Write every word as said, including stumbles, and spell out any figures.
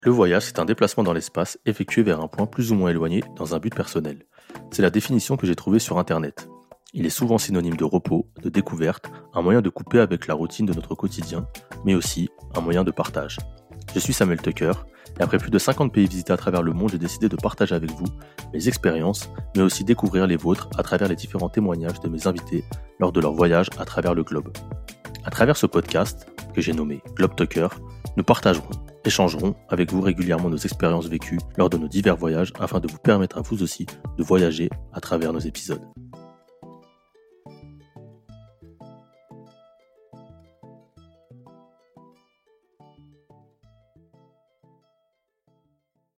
Le voyage, c'est un déplacement dans l'espace effectué vers un point plus ou moins éloigné dans un but personnel. C'est la définition que j'ai trouvée sur Internet. Il est souvent synonyme de repos, de découverte, un moyen de couper avec la routine de notre quotidien, mais aussi un moyen de partage. Je suis Samuel Tucker, et après plus de cinquante pays visités à travers le monde, j'ai décidé de partager avec vous mes expériences, mais aussi découvrir les vôtres à travers les différents témoignages de mes invités lors de leur voyage à travers le globe. À travers ce podcast, que j'ai nommé Globe Tucker, nous partagerons, échangerons avec vous régulièrement nos expériences vécues lors de nos divers voyages afin de vous permettre à vous aussi de voyager à travers nos épisodes.